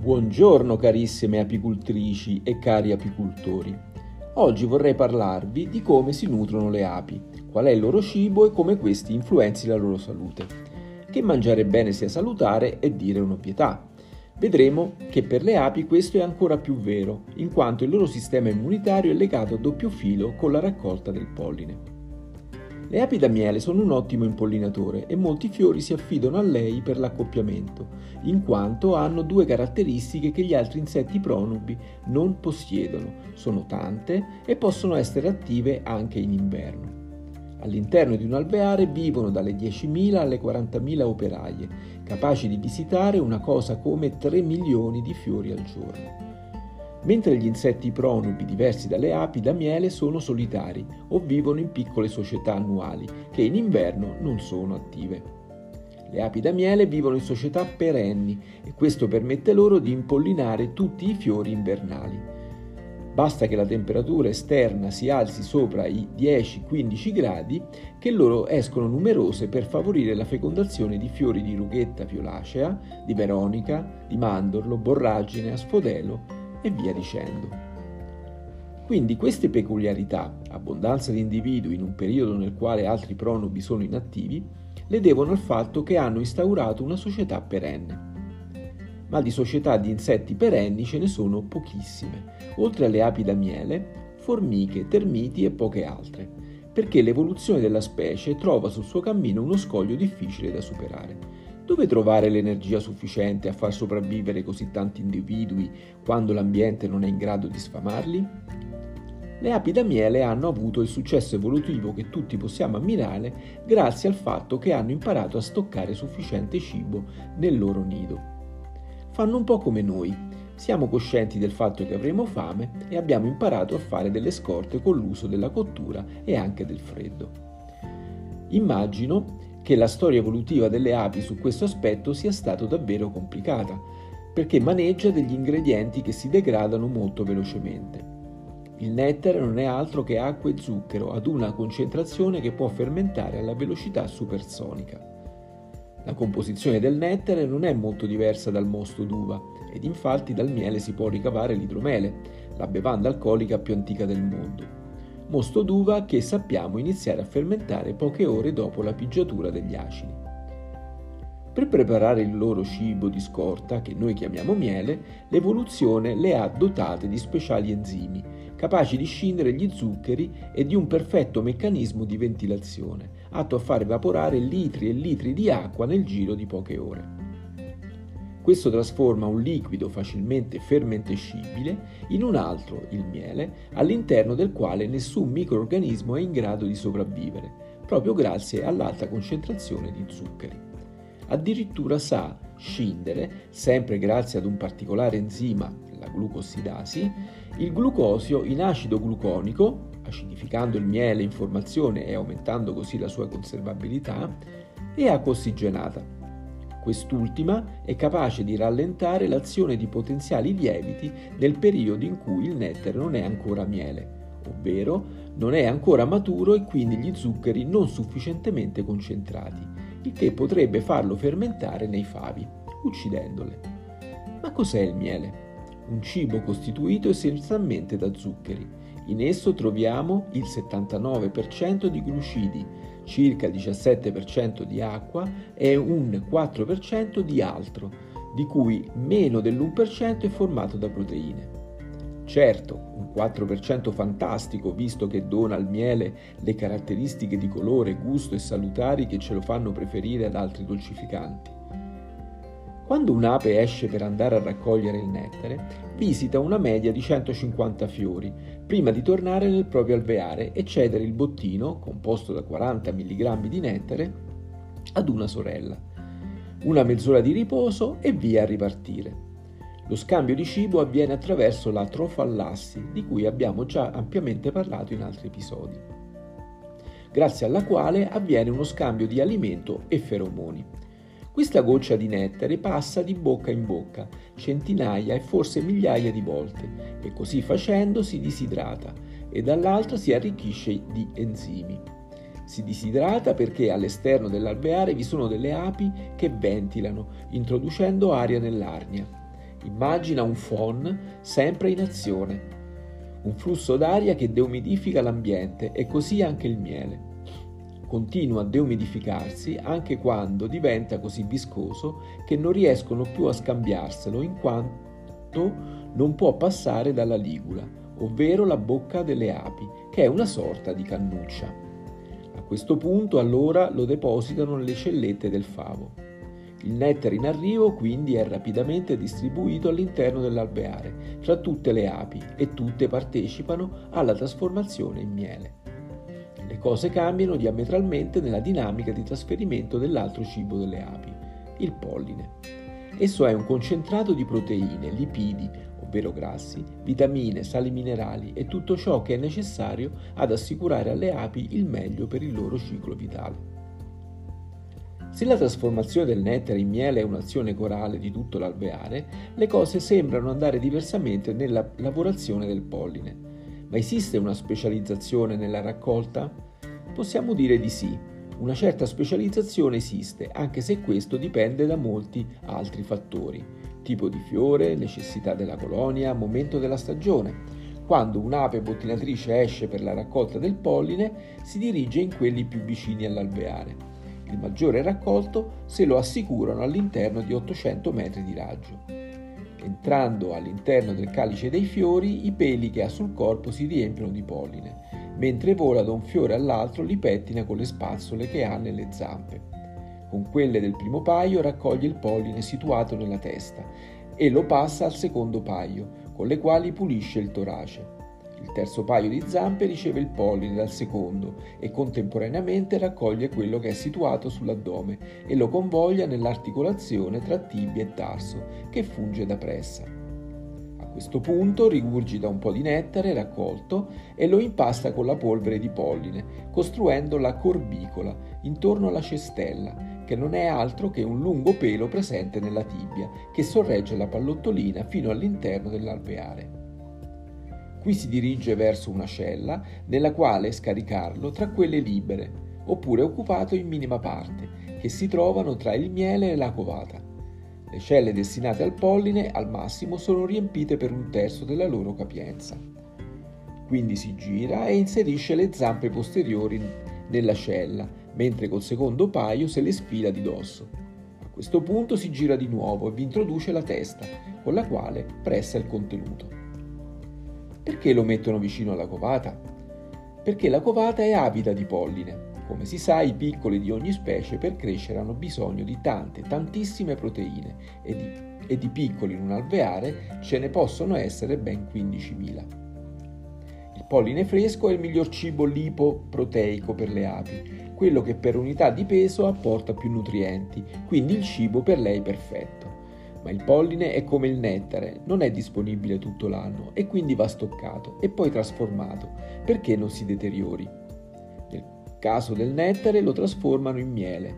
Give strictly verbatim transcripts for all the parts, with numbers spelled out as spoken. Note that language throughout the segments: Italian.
Buongiorno carissime apicultrici e cari apicultori. Oggi vorrei parlarvi di come si nutrono le api, qual è il loro cibo e come questi influenzi la loro salute. Che mangiare bene sia salutare è dire un'ovvietà. Vedremo che per le api questo è ancora più vero, in quanto il loro sistema immunitario è legato a doppio filo con la raccolta del polline. Le api da miele sono un ottimo impollinatore e molti fiori si affidano a lei per l'accoppiamento, in quanto hanno due caratteristiche che gli altri insetti pronubi non possiedono, sono tante e possono essere attive anche in inverno. All'interno di un alveare vivono dalle diecimila alle quarantamila operaie, capaci di visitare una cosa come tre milioni di fiori al giorno. Mentre gli insetti pronubi diversi dalle api da miele sono solitari o vivono in piccole società annuali che in inverno non sono attive. Le api da miele vivono in società perenni e questo permette loro di impollinare tutti i fiori invernali. Basta che la temperatura esterna si alzi sopra i dieci quindici gradi che loro escono numerose per favorire la fecondazione di fiori di rughetta violacea, di veronica, di mandorlo, borragine, asfodelo e via dicendo. Quindi queste peculiarità, abbondanza di individui in un periodo nel quale altri pronubi sono inattivi, le devono al fatto che hanno instaurato una società perenne. Ma di società di insetti perenni ce ne sono pochissime, oltre alle api da miele, formiche, termiti e poche altre, perché l'evoluzione della specie trova sul suo cammino uno scoglio difficile da superare. Dove trovare l'energia sufficiente a far sopravvivere così tanti individui quando l'ambiente non è in grado di sfamarli? Le api da miele hanno avuto il successo evolutivo che tutti possiamo ammirare grazie al fatto che hanno imparato a stoccare sufficiente cibo nel loro nido. Fanno un po' come noi, siamo coscienti del fatto che avremo fame e abbiamo imparato a fare delle scorte con l'uso della cottura e anche del freddo. Immagino che la storia evolutiva delle api su questo aspetto sia stata davvero complicata, perché maneggia degli ingredienti che si degradano molto velocemente. Il nettare non è altro che acqua e zucchero ad una concentrazione che può fermentare alla velocità supersonica. La composizione del nettare non è molto diversa dal mosto d'uva ed infatti dal miele si può ricavare l'idromele, la bevanda alcolica più antica del mondo. Mosto d'uva che sappiamo iniziare a fermentare poche ore dopo la pigiatura degli acidi. Per preparare il loro cibo di scorta, che noi chiamiamo miele, l'evoluzione le ha dotate di speciali enzimi, capaci di scindere gli zuccheri e di un perfetto meccanismo di ventilazione, atto a far evaporare litri e litri di acqua nel giro di poche ore. Questo trasforma un liquido facilmente fermentescibile in un altro, il miele, all'interno del quale nessun microrganismo è in grado di sopravvivere, proprio grazie all'alta concentrazione di zuccheri. Addirittura sa scindere, sempre grazie ad un particolare enzima, la glucossidasi, il glucosio in acido gluconico, acidificando il miele in formazione e aumentando così la sua conservabilità, e acqua ossigenata. Quest'ultima è capace di rallentare l'azione di potenziali lieviti nel periodo in cui il nettare non è ancora miele, ovvero non è ancora maturo e quindi gli zuccheri non sufficientemente concentrati, il che potrebbe farlo fermentare nei favi, uccidendole. Ma cos'è il miele? Un cibo costituito essenzialmente da zuccheri. In esso troviamo il settantanove per cento di glucidi, circa il diciassette per cento di acqua e un quattro per cento di altro, di cui meno dell'uno per cento è formato da proteine. Certo, un quattro per cento fantastico, visto che dona al miele le caratteristiche di colore, gusto e salutari che ce lo fanno preferire ad altri dolcificanti. Quando un'ape esce per andare a raccogliere il nettare, visita una media di centocinquanta fiori, prima di tornare nel proprio alveare e cedere il bottino, composto da quaranta milligrammi di nettare, ad una sorella. Una mezz'ora di riposo e via a ripartire. Lo scambio di cibo avviene attraverso la trofallassi, di cui abbiamo già ampiamente parlato in altri episodi, grazie alla quale avviene uno scambio di alimento e feromoni. Questa goccia di nettare passa di bocca in bocca centinaia e forse migliaia di volte e così facendo si disidrata e dall'altra si arricchisce di enzimi. Si disidrata perché all'esterno dell'alveare vi sono delle api che ventilano, introducendo aria nell'arnia. Immagina un phon sempre in azione, un flusso d'aria che deumidifica l'ambiente e così anche il miele. Continua a deumidificarsi anche quando diventa così viscoso che non riescono più a scambiarselo in quanto non può passare dalla ligula, ovvero la bocca delle api, che è una sorta di cannuccia. A questo punto allora lo depositano nelle cellette del favo. Il nettare in arrivo quindi è rapidamente distribuito all'interno dell'alveare fra tutte le api e tutte partecipano alla trasformazione in miele. Le cose cambiano diametralmente nella dinamica di trasferimento dell'altro cibo delle api, il polline. Esso è un concentrato di proteine, lipidi, ovvero grassi, vitamine, sali minerali e tutto ciò che è necessario ad assicurare alle api il meglio per il loro ciclo vitale. Se la trasformazione del nettare in miele è un'azione corale di tutto l'alveare, le cose sembrano andare diversamente nella lavorazione del polline. Ma esiste una specializzazione nella raccolta? Possiamo dire di sì. Una certa specializzazione esiste, anche se questo dipende da molti altri fattori: tipo di fiore, necessità della colonia, momento della stagione. Quando un'ape bottinatrice esce per la raccolta del polline, si dirige in quelli più vicini all'alveare. Il maggiore raccolto se lo assicurano all'interno di ottocento metri di raggio. Entrando all'interno del calice dei fiori, i peli che ha sul corpo si riempiono di polline. Mentre vola da un fiore all'altro li pettina con le spazzole che ha nelle zampe. Con quelle del primo paio raccoglie il polline situato nella testa e lo passa al secondo paio, con le quali pulisce il torace. Il terzo paio di zampe riceve il polline dal secondo e contemporaneamente raccoglie quello che è situato sull'addome e lo convoglia nell'articolazione tra tibia e tarso, che funge da pressa. A questo punto rigurgita un po' di nettare raccolto e lo impasta con la polvere di polline, costruendo la corbicola intorno alla cestella, che non è altro che un lungo pelo presente nella tibia, che sorregge la pallottolina fino all'interno dell'alveare. Qui si dirige verso una cella nella quale scaricarlo tra quelle libere, oppure occupato in minima parte, che si trovano tra il miele e la covata. Le celle destinate al polline, al massimo, sono riempite per un terzo della loro capienza. Quindi si gira e inserisce le zampe posteriori nella cella, mentre col secondo paio se le sfila di dosso. A questo punto si gira di nuovo e vi introduce la testa, con la quale pressa il contenuto. Perché lo mettono vicino alla covata? Perché la covata è avida di polline. Come si sa, i piccoli di ogni specie per crescere hanno bisogno di tante, tantissime proteine e di, e di piccoli in un alveare ce ne possono essere ben quindicimila. Il polline fresco è il miglior cibo lipoproteico per le api, quello che per unità di peso apporta più nutrienti, quindi il cibo per lei perfetto. Ma il polline è come il nettare, non è disponibile tutto l'anno e quindi va stoccato e poi trasformato perché non si deteriori. Nel caso del nettare lo trasformano in miele.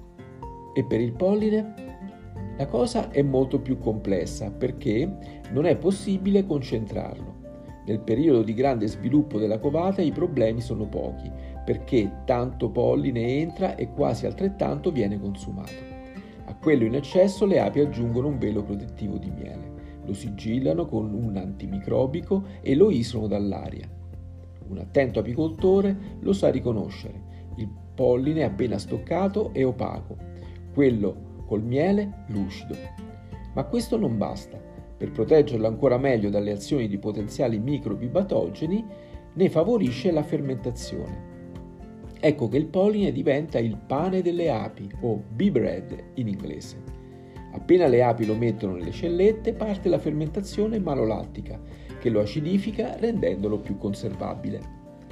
E per il polline? La cosa è molto più complessa perché non è possibile concentrarlo. Nel periodo di grande sviluppo della covata i problemi sono pochi perché tanto polline entra e quasi altrettanto viene consumato. A quello in eccesso le api aggiungono un velo protettivo di miele, lo sigillano con un antimicrobico e lo isolano dall'aria. Un attento apicoltore lo sa riconoscere. Il polline appena stoccato è opaco, quello col miele lucido. Ma questo non basta. Per proteggerlo ancora meglio dalle azioni di potenziali microbi patogeni, ne favorisce la fermentazione. Ecco che il polline diventa il pane delle api, o bee bread in inglese. Appena le api lo mettono nelle cellette, parte la fermentazione malolattica, che lo acidifica rendendolo più conservabile.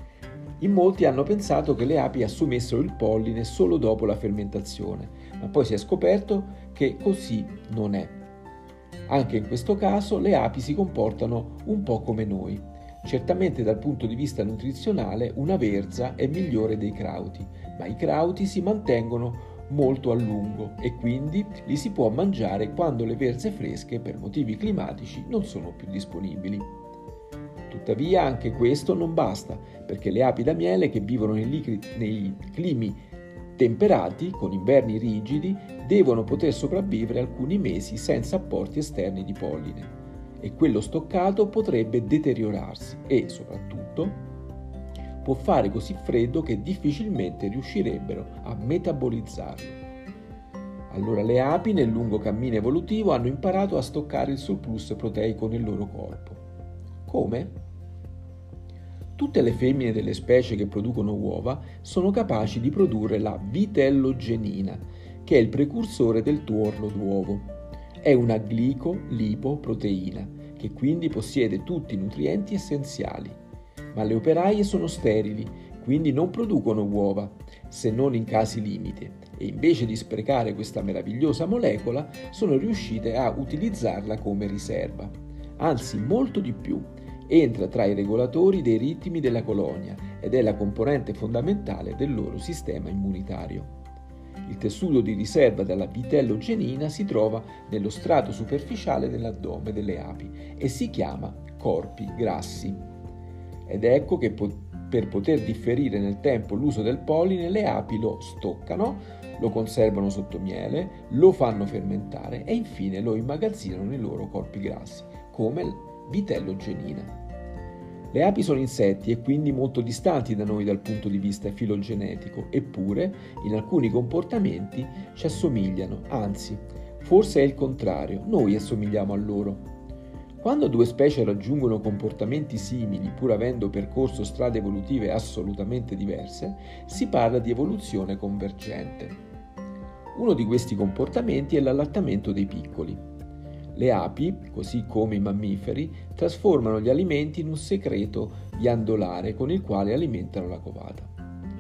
In molti hanno pensato che le api assumessero il polline solo dopo la fermentazione, ma poi si è scoperto che così non è. Anche in questo caso le api si comportano un po' come noi. Certamente dal punto di vista nutrizionale una verza è migliore dei crauti, ma i crauti si mantengono molto a lungo e quindi li si può mangiare quando le verze fresche per motivi climatici non sono più disponibili. Tuttavia anche questo non basta, perché le api da miele che vivono nei, licri, nei climi Temperati, con inverni rigidi, devono poter sopravvivere alcuni mesi senza apporti esterni di polline e quello stoccato potrebbe deteriorarsi e, soprattutto, può fare così freddo che difficilmente riuscirebbero a metabolizzarlo. Allora le api nel lungo cammino evolutivo hanno imparato a stoccare il surplus proteico nel loro corpo. Come? Tutte le femmine delle specie che producono uova sono capaci di produrre la vitellogenina, che è il precursore del tuorlo d'uovo. È una glico-lipoproteina, che quindi possiede tutti i nutrienti essenziali. Ma le operaie sono sterili, quindi non producono uova, se non in casi limite, e invece di sprecare questa meravigliosa molecola, sono riuscite a utilizzarla come riserva. Anzi, molto di più. Entra tra i regolatori dei ritmi della colonia ed è la componente fondamentale del loro sistema immunitario. Il tessuto di riserva della vitellogenina si trova nello strato superficiale dell'addome delle api e si chiama corpi grassi. Ed ecco che po- per poter differire nel tempo l'uso del polline, le api lo stoccano, lo conservano sotto miele, lo fanno fermentare e infine lo immagazzinano nei loro corpi grassi, come vitellogenina. Le api sono insetti e quindi molto distanti da noi dal punto di vista filogenetico, eppure in alcuni comportamenti ci assomigliano, anzi, forse è il contrario, noi assomigliamo a loro. Quando due specie raggiungono comportamenti simili pur avendo percorso strade evolutive assolutamente diverse, si parla di evoluzione convergente. Uno di questi comportamenti è l'allattamento dei piccoli. Le api, così come i mammiferi, trasformano gli alimenti in un secreto ghiandolare con il quale alimentano la covata.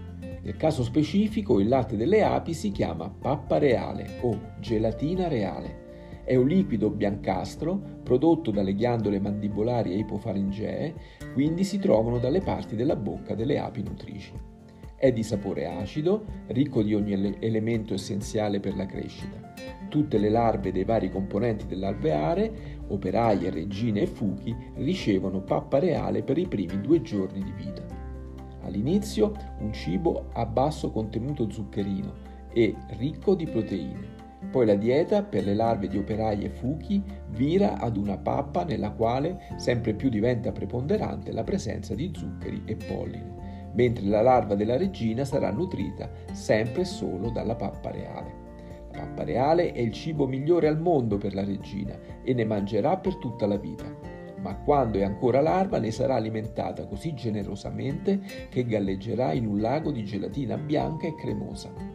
Nel caso specifico, il latte delle api si chiama pappa reale o gelatina reale. È un liquido biancastro prodotto dalle ghiandole mandibolari e ipofaringee, quindi si trovano dalle parti della bocca delle api nutrici. È di sapore acido, ricco di ogni ele- elemento essenziale per la crescita. Tutte le larve dei vari componenti dell'alveare, operaie, regine e fuchi, ricevono pappa reale per i primi due giorni di vita. All'inizio un cibo a basso contenuto zuccherino e ricco di proteine. Poi la dieta per le larve di operaie e fuchi vira ad una pappa nella quale sempre più diventa preponderante la presenza di zuccheri e polline, mentre la larva della regina sarà nutrita sempre e solo dalla pappa reale. La pappa reale è il cibo migliore al mondo per la regina e ne mangerà per tutta la vita, ma quando è ancora larva ne sarà alimentata così generosamente che galleggerà in un lago di gelatina bianca e cremosa.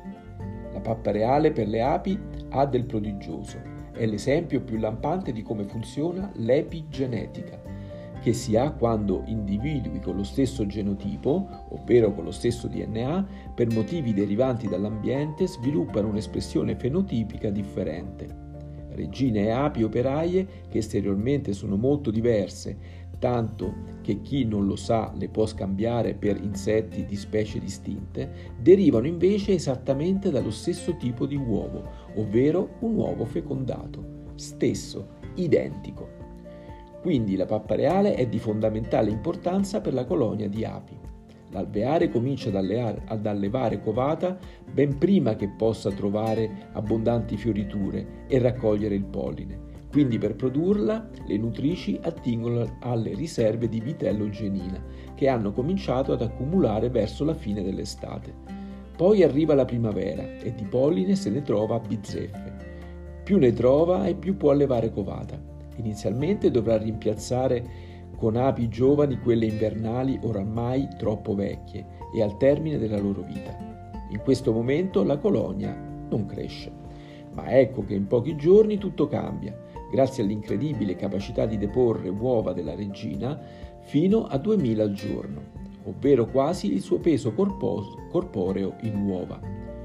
La pappa reale per le api ha del prodigioso, è l'esempio più lampante di come funziona l'epigenetica, che si ha quando individui con lo stesso genotipo, ovvero con lo stesso D N A, per motivi derivanti dall'ambiente, sviluppano un'espressione fenotipica differente. Regine e api operaie, che esteriormente sono molto diverse, tanto che chi non lo sa le può scambiare per insetti di specie distinte, derivano invece esattamente dallo stesso tipo di uovo, ovvero un uovo fecondato, stesso, identico. Quindi la pappa reale è di fondamentale importanza per la colonia di api. L'alveare comincia ad, alleare, ad allevare covata ben prima che possa trovare abbondanti fioriture e raccogliere il polline. Quindi per produrla le nutrici attingono alle riserve di vitellogenina che hanno cominciato ad accumulare verso la fine dell'estate. Poi arriva la primavera e di polline se ne trova a bizzeffe. Più ne trova e più può allevare covata. Inizialmente dovrà rimpiazzare con api giovani quelle invernali oramai troppo vecchie e al termine della loro vita. In questo momento la colonia non cresce, ma ecco che in pochi giorni tutto cambia, grazie all'incredibile capacità di deporre uova della regina fino a duemila al giorno, ovvero quasi il suo peso corpo- corporeo in uova.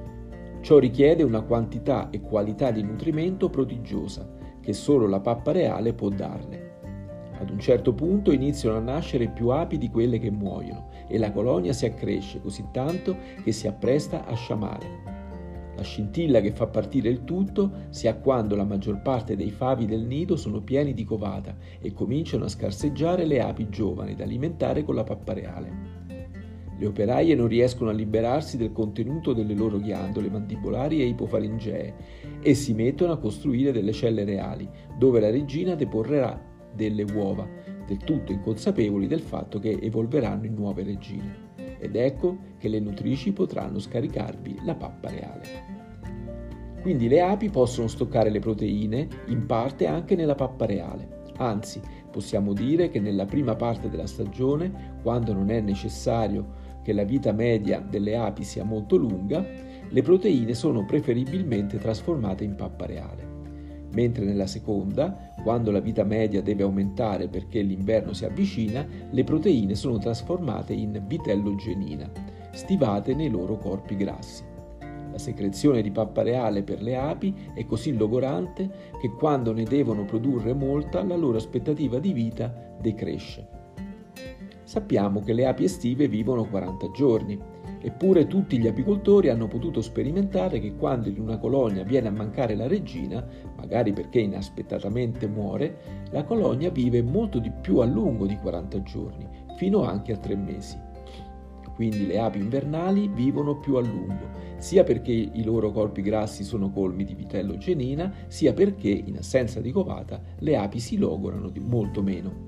Ciò richiede una quantità e qualità di nutrimento prodigiosa che solo la pappa reale può darle. Ad un certo punto iniziano a nascere più api di quelle che muoiono e la colonia si accresce così tanto che si appresta a sciamare. La scintilla che fa partire il tutto si ha quando la maggior parte dei favi del nido sono pieni di covata e cominciano a scarseggiare le api giovani da alimentare con la pappa reale. Le operaie non riescono a liberarsi del contenuto delle loro ghiandole mandibolari e ipofaringee e si mettono a costruire delle celle reali, dove la regina deporrerà delle uova, del tutto inconsapevoli del fatto che evolveranno in nuove regine. Ed ecco che le nutrici potranno scaricarvi la pappa reale. Quindi le api possono stoccare le proteine in parte anche nella pappa reale. Anzi, possiamo dire che nella prima parte della stagione, quando non è necessario che la vita media delle api sia molto lunga, le proteine sono preferibilmente trasformate in pappa reale. Mentre nella seconda, quando la vita media deve aumentare perché l'inverno si avvicina, le proteine sono trasformate in vitellogenina, stivate nei loro corpi grassi. La secrezione di pappa reale per le api è così logorante che quando ne devono produrre molta, la loro aspettativa di vita decresce. Sappiamo che le api estive vivono quaranta giorni, eppure tutti gli apicoltori hanno potuto sperimentare che quando in una colonia viene a mancare la regina, magari perché inaspettatamente muore, la colonia vive molto di più a lungo di quaranta giorni, fino anche a tre mesi. Quindi le api invernali vivono più a lungo, sia perché i loro corpi grassi sono colmi di vitellogenina, sia perché, in assenza di covata, le api si logorano di molto meno.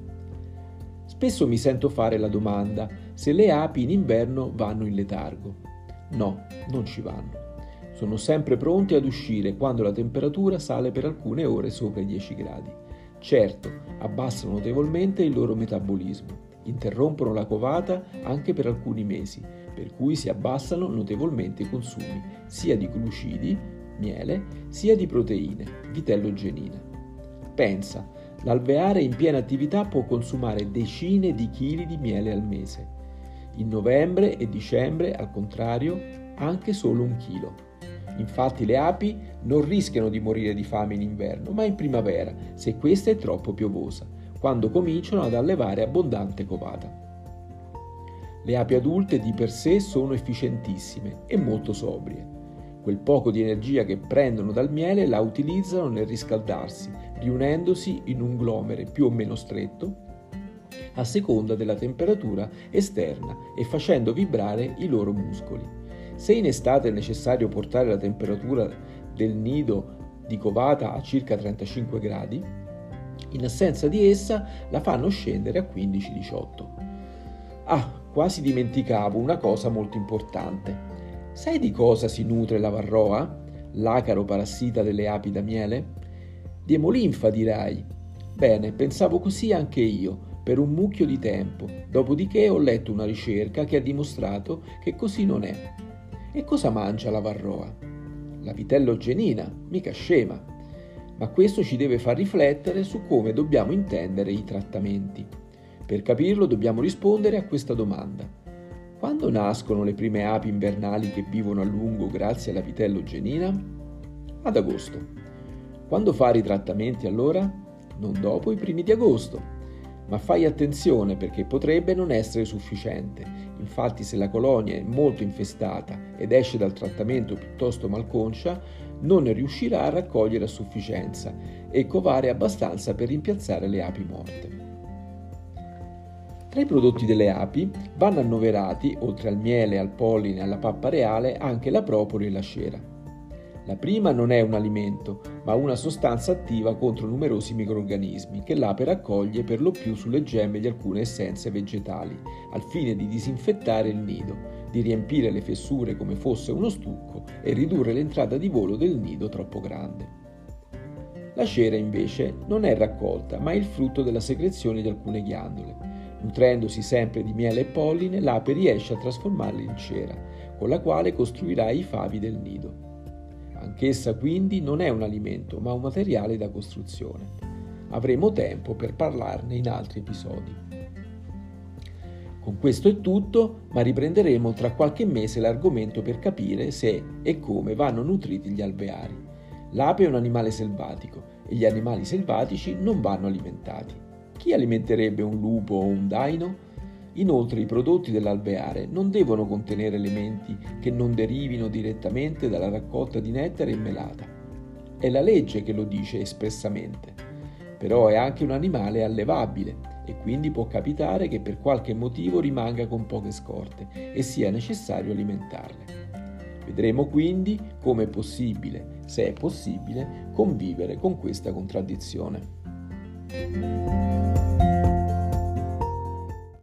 Spesso mi sento fare la domanda se le api in inverno vanno in letargo. No, non ci vanno. Sono sempre pronti ad uscire quando la temperatura sale per alcune ore sopra i dieci gradi. Certo, abbassano notevolmente il loro metabolismo, interrompono la covata anche per alcuni mesi, per cui si abbassano notevolmente i consumi sia di glucidi, miele, sia di proteine, vitellogenina. Pensa, l'alveare in piena attività può consumare decine di chili di miele al mese. In novembre e dicembre, al contrario, anche solo un chilo. Infatti le api non rischiano di morire di fame in inverno, ma in primavera, se questa è troppo piovosa, quando cominciano ad allevare abbondante covata. Le api adulte di per sé sono efficientissime e molto sobrie. Quel poco di energia che prendono dal miele la utilizzano nel riscaldarsi, riunendosi in un glomere più o meno stretto a seconda della temperatura esterna e facendo vibrare i loro muscoli. Se in estate è necessario portare la temperatura del nido di covata a circa trentacinque gradi, in assenza di essa la fanno scendere a quindici diciotto. Ah, quasi dimenticavo una cosa molto importante. Sai di cosa si nutre la varroa, l'acaro parassita delle api da miele? Di emolinfa, dirai. Bene, pensavo così anche io, per un mucchio di tempo, dopodiché ho letto una ricerca che ha dimostrato che così non è. E cosa mangia la varroa? La vitellogenina, mica scema. Ma questo ci deve far riflettere su come dobbiamo intendere i trattamenti. Per capirlo dobbiamo rispondere a questa domanda. Quando nascono le prime api invernali che vivono a lungo grazie alla vitellogenina? Ad agosto. Quando fare i trattamenti allora? Non dopo i primi di agosto. Ma fai attenzione perché potrebbe non essere sufficiente. Infatti se la colonia è molto infestata ed esce dal trattamento piuttosto malconcia, non riuscirà a raccogliere a sufficienza e covare abbastanza per rimpiazzare le api morte. Tra i prodotti delle api vanno annoverati, oltre al miele, al polline e alla pappa reale, anche la propoli e la cera. La prima non è un alimento, ma una sostanza attiva contro numerosi microrganismi che l'ape raccoglie per lo più sulle gemme di alcune essenze vegetali, al fine di disinfettare il nido, di riempire le fessure come fosse uno stucco e ridurre l'entrata di volo del nido troppo grande. La cera invece non è raccolta, ma è il frutto della secrezione di alcune ghiandole. Nutrendosi sempre di miele e polline, l'ape riesce a trasformarli in cera, con la quale costruirà i favi del nido. Anch'essa quindi non è un alimento, ma un materiale da costruzione. Avremo tempo per parlarne in altri episodi. Con questo è tutto, ma riprenderemo tra qualche mese l'argomento per capire se e come vanno nutriti gli alveari. L'ape è un animale selvatico e gli animali selvatici non vanno alimentati. Chi alimenterebbe un lupo o un daino? Inoltre i prodotti dell'alveare non devono contenere elementi che non derivino direttamente dalla raccolta di nettare e melata. È la legge che lo dice espressamente. Però è anche un animale allevabile e quindi può capitare che per qualche motivo rimanga con poche scorte e sia necessario alimentarle. Vedremo quindi come è possibile, se è possibile, convivere con questa contraddizione.